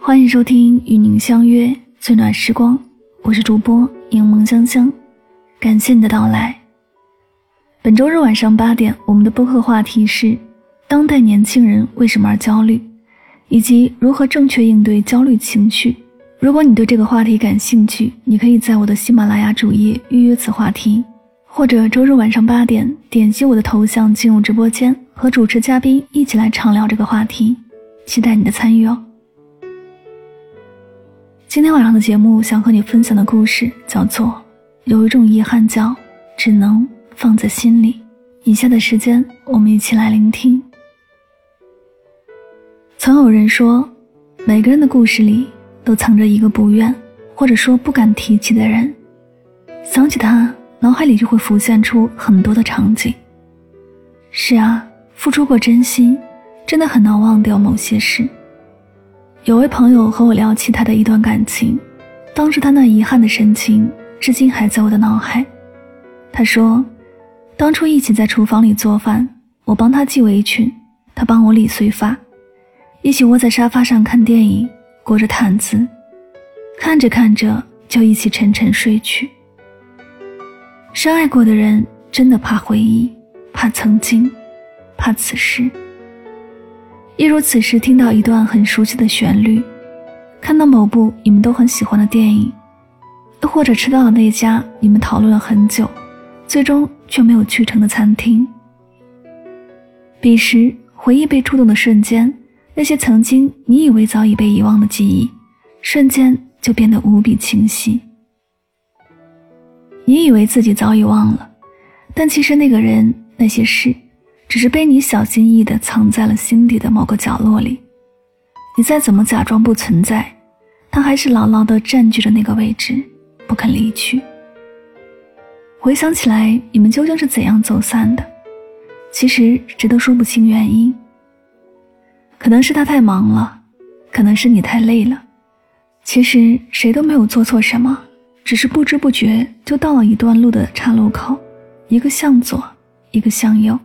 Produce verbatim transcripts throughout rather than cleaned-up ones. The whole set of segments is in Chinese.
欢迎收听与您相约最暖时光，我是主播柠檬香香，感谢你的到来。本周日晚上八点，我们的播客话题是当代年轻人为什么而焦虑，以及如何正确应对焦虑情绪。如果你对这个话题感兴趣，你可以在我的喜马拉雅主页预约此话题，或者周日晚上八点点击我的头像进入直播间，和主持嘉宾一起来畅聊这个话题，期待你的参与哦。今天晚上的节目想和你分享的故事叫做有一种遗憾叫只能放在心里。以下的时间我们一起来聆听。曾有人说，每个人的故事里都藏着一个不愿或者说不敢提起的人，想起他，脑海里就会浮现出很多的场景。是啊，付出过真心，真的很难忘掉某些事。有位朋友和我聊起他的一段感情，当时他那遗憾的神情至今还在我的脑海。他说，当初一起在厨房里做饭，我帮他系围裙，他帮我理碎发，一起窝在沙发上看电影，裹着毯子，看着看着就一起沉沉睡去。深爱过的人真的怕回忆，怕曾经，怕此时。一如此时听到一段很熟悉的旋律，看到某部你们都很喜欢的电影，又或者吃到了那家你们讨论了很久最终却没有去成的餐厅。彼时回忆被触动的瞬间，那些曾经你以为早已被遗忘的记忆瞬间就变得无比清晰。你以为自己早已忘了，但其实那个人那些事只是被你小心翼翼地藏在了心底的某个角落里。你再怎么假装不存在，他还是牢牢地占据着那个位置，不肯离去。回想起来，你们究竟是怎样走散的？其实谁都说不清原因。可能是他太忙了，可能是你太累了，其实谁都没有做错什么，只是不知不觉就到了一段路的岔路口，一个向左，一个向右。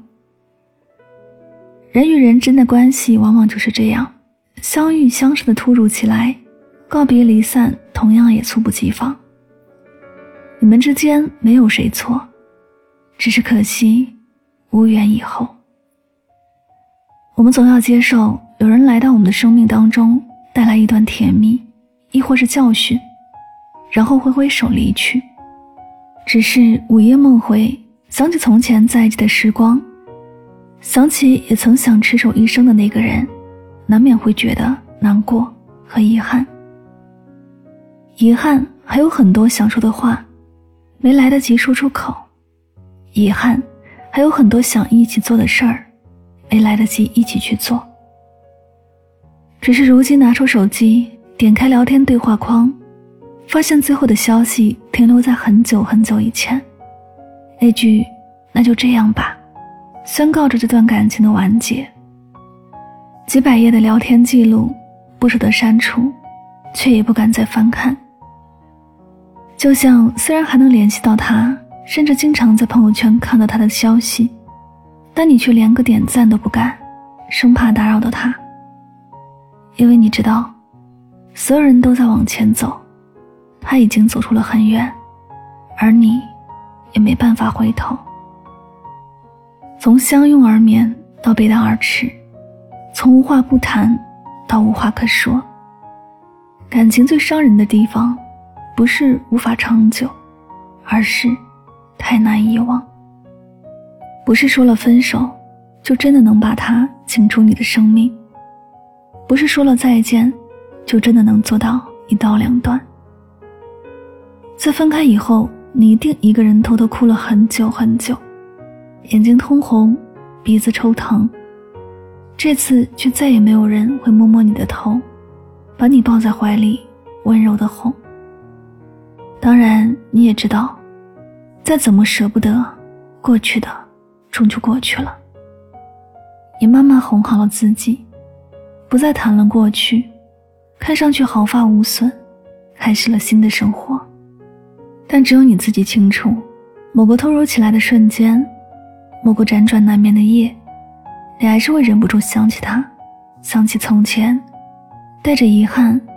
人与人之间的关系往往就是这样，相遇相识的突如其来，告别离散同样也猝不及防。你们之间没有谁错，只是可惜无缘以后。我们总要接受有人来到我们的生命当中，带来一段甜蜜，亦或是教训，然后挥挥手离去。只是午夜梦回，想起从前在一起的时光，想起也曾想痴守一生的那个人，难免会觉得难过和遗憾。遗憾还有很多想说的话没来得及说出口，遗憾还有很多想一起做的事儿没来得及一起去做。只是如今拿出手机，点开聊天对话框，发现最后的消息停留在很久很久以前，那句那就这样吧，宣告着这段感情的完结。几百页的聊天记录，不舍得删除，却也不敢再翻看。就像虽然还能联系到他，甚至经常在朋友圈看到他的消息，但你却连个点赞都不敢，生怕打扰到他。因为你知道，所有人都在往前走，他已经走出了很远，而你也没办法回头。从相拥而眠到背道而驰，从无话不谈到无话可说。感情最伤人的地方，不是无法长久，而是太难遗忘。不是说了分手就真的能把它请出你的生命，不是说了再见就真的能做到一刀两断。在分开以后，你一定一个人偷偷哭了很久很久，眼睛通红，鼻子抽疼，这次却再也没有人会摸摸你的头，把你抱在怀里温柔地哄。当然你也知道，再怎么舍不得，过去的终究过去了。你慢慢哄好了自己，不再谈论过去，看上去毫发无损，开始了新的生活。但只有你自己清楚，某个突如其来的瞬间，某个辗转难眠的夜，你还是会忍不住想起他，想起从前，带着遗憾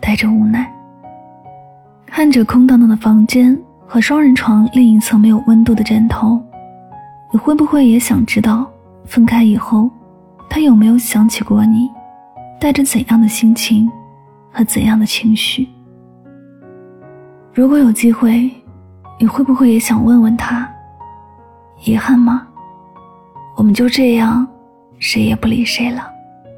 带着无奈。看着空荡荡的房间和双人床另一侧没有温度的枕头，你会不会也想知道分开以后他有没有想起过你，带着怎样的心情和怎样的情绪？如果有机会，你会不会也想问问他，遗憾吗？我们就这样谁也不理谁了。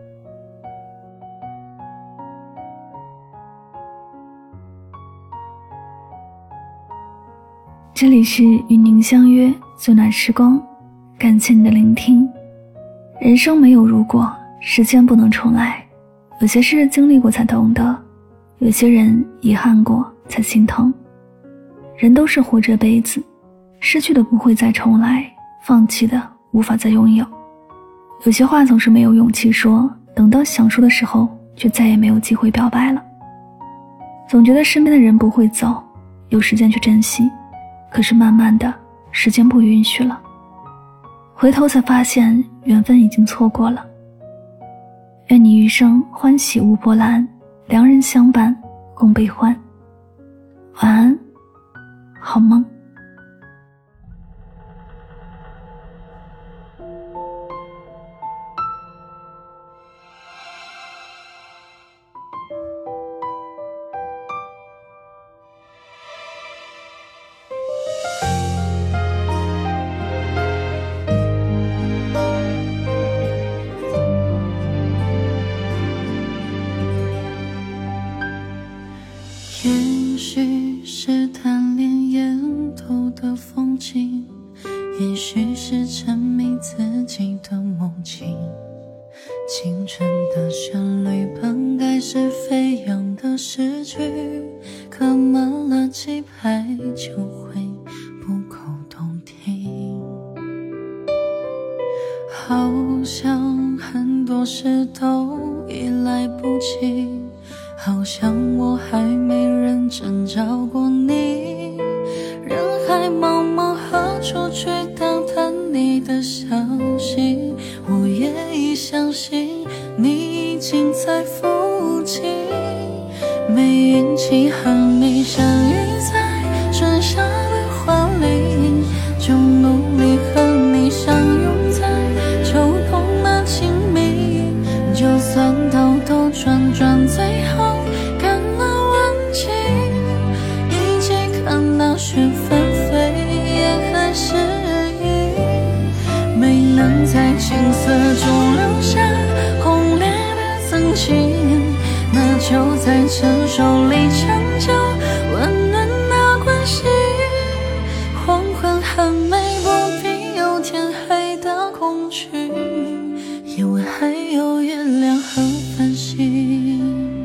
这里是与您相约最暖时光，感谢你的聆听。人生没有如果，时间不能重来，有些事经历过才懂得，有些人遗憾过才心疼。人都是活这辈子，失去的不会再重来，放弃的无法再拥有。有些话总是没有勇气说，等到想说的时候却再也没有机会表白了。总觉得身边的人不会走，有时间去珍惜，可是慢慢的时间不允许了，回头才发现缘分已经错过了。愿你余生欢喜无波澜，良人相伴共悲欢。晚安，好梦。 也许是贪恋沿途的风景，也许是沉迷自己的梦境。青春的旋律本该是飞扬的诗句，可慢了几拍就会不够动听。好像很多事都已来不及，好像我还没认真找过你。人海茫茫，何处去打探你的消息？我也已相信你已经在附近。没运气和你相遇在春夏的花里，就努力和你相拥在秋冬的静谧。就算兜兜转转，最后干了วัน景，一起看到雪纷飞，也很适应。没能在青涩中留下轰烈的曾经，那就在成熟里长久温暖的关系。黄昏很美，不必有天黑的恐惧，因为还有月亮和繁星。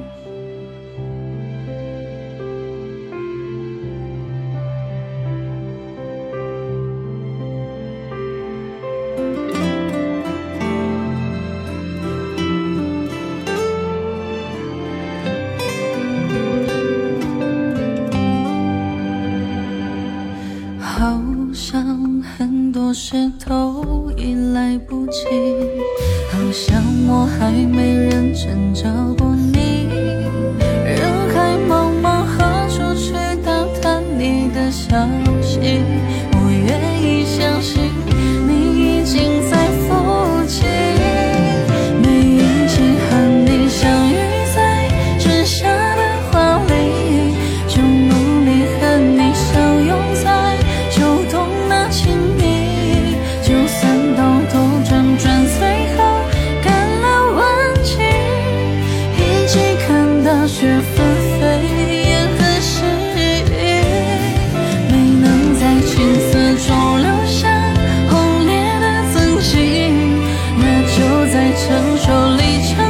好像很多事都已来不及，好像我还没认真找过你。人海茫茫，何处去打探你的消息？我愿意相信你已经在附近。没运气和你相遇在春夏的花里，就努力和你相拥在秋冬的静谧。就算兜兜转转，最后干了วัน景，一起看到雪纷飞，也很适应。没能在青涩中留下轰烈的曾经，那就在成熟里